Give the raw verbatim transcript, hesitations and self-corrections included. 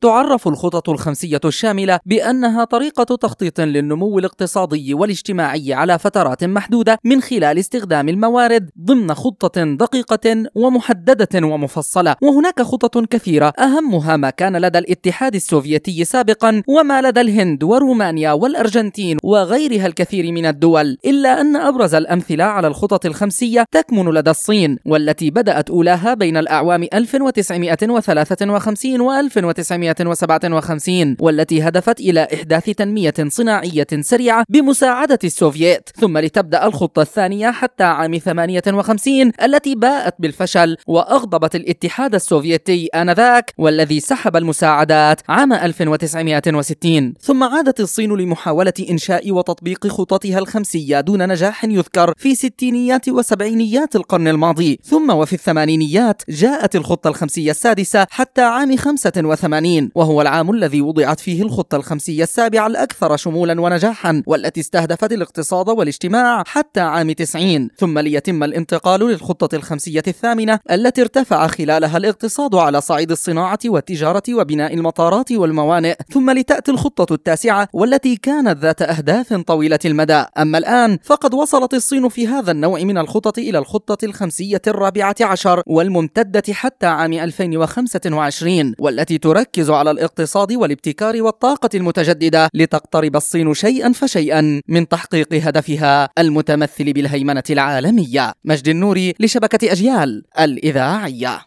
تعرف الخطط الخمسية الشاملة بأنها طريقة تخطيط للنمو الاقتصادي والاجتماعي على فترات محدودة من خلال استخدام الموارد ضمن خطة دقيقة ومحددة ومفصلة. وهناك خطط كثيرة، أهمها ما كان لدى الاتحاد السوفيتي سابقا وما لدى الهند ورومانيا والأرجنتين وغيرها الكثير من الدول، إلا أن أبرز الأمثلة على الخطط الخمسية تكمن لدى الصين، والتي بدأت أولاها بين الأعوام ألف وتسعمائة وثلاثة وخمسين و ألف وتسعمائة وسبعة وخمسين، والتي هدفت إلى إحداث تنمية صناعية سريعة بمساعدة السوفييت، ثم لتبدأ الخطة الثانية حتى عام ثمانية وخمسين التي باءت بالفشل وأغضبت الاتحاد السوفيتي آنذاك، والذي سحب المساعدات عام ألف وتسعمائة وستين. ثم عادت الصين لمحاولة إنشاء وتطبيق خططها الخمسية دون نجاح يذكر في ستينيات وسبعينيات القرن الماضي. ثم وفي الثمانينيات جاءت الخطة الخمسية السادسة حتى عام خمسة وثمانين، وهو العام الذي وضعت فيه الخطة الخمسية السابعة الأكثر شمولا ونجاحا، والتي استهدفت الاقتصاد والاجتماع حتى عام تسعين. ثم ليتم الانتقال للخطة الخمسية الثامنة التي ارتفع خلالها الاقتصاد على صعيد الصناعة والتجارة وبناء المطارات والموانئ. ثم لتأتي الخطة التاسعة والتي كانت ذات أهداف طويلة المدى. أما الآن فقد وصلت الصين في هذا النوع من الخطط إلى الخطة الخمسية الرابعة عشر والممتدة حتى عام ألفين وخمسة وعشرين، والتي تركز على الاقتصاد والابتكار والطاقة المتجددة لتقترب الصين شيئا فشيئا من تحقيق هدفها المتمثل بالهيمنة العالمية. مجد النوري لشبكة أجيال الإذاعية.